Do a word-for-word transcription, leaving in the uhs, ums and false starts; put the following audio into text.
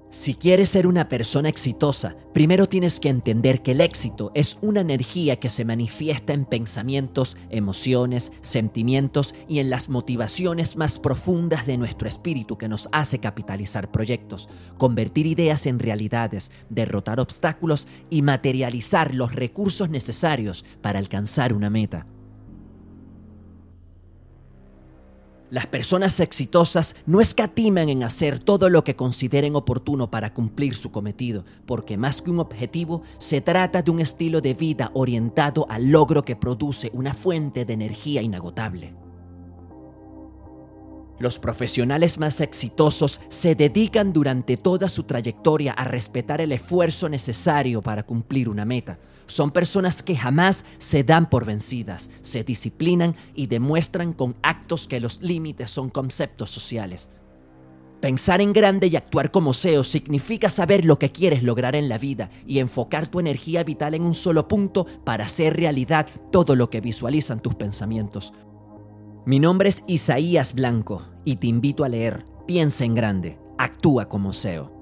Si quieres ser una persona exitosa, primero tienes que entender que el éxito es una energía que se manifiesta en pensamientos, emociones, sentimientos y en las motivaciones más profundas de nuestro espíritu que nos hace capitalizar proyectos, convertir ideas en realidades, derrotar obstáculos y materializar los recursos necesarios para alcanzar una meta. Las personas exitosas no escatiman en hacer todo lo que consideren oportuno para cumplir su cometido, porque más que un objetivo, se trata de un estilo de vida orientado al logro que produce una fuente de energía inagotable. Los profesionales más exitosos se dedican durante toda su trayectoria a respetar el esfuerzo necesario para cumplir una meta. Son personas que jamás se dan por vencidas, se disciplinan y demuestran con actos que los límites son conceptos sociales. Pensar en grande y actuar como S E O significa saber lo que quieres lograr en la vida y enfocar tu energía vital en un solo punto para hacer realidad todo lo que visualizan tus pensamientos. Mi nombre es Isaías Blanco y te invito a leer Piensa en grande, actúa como S E O.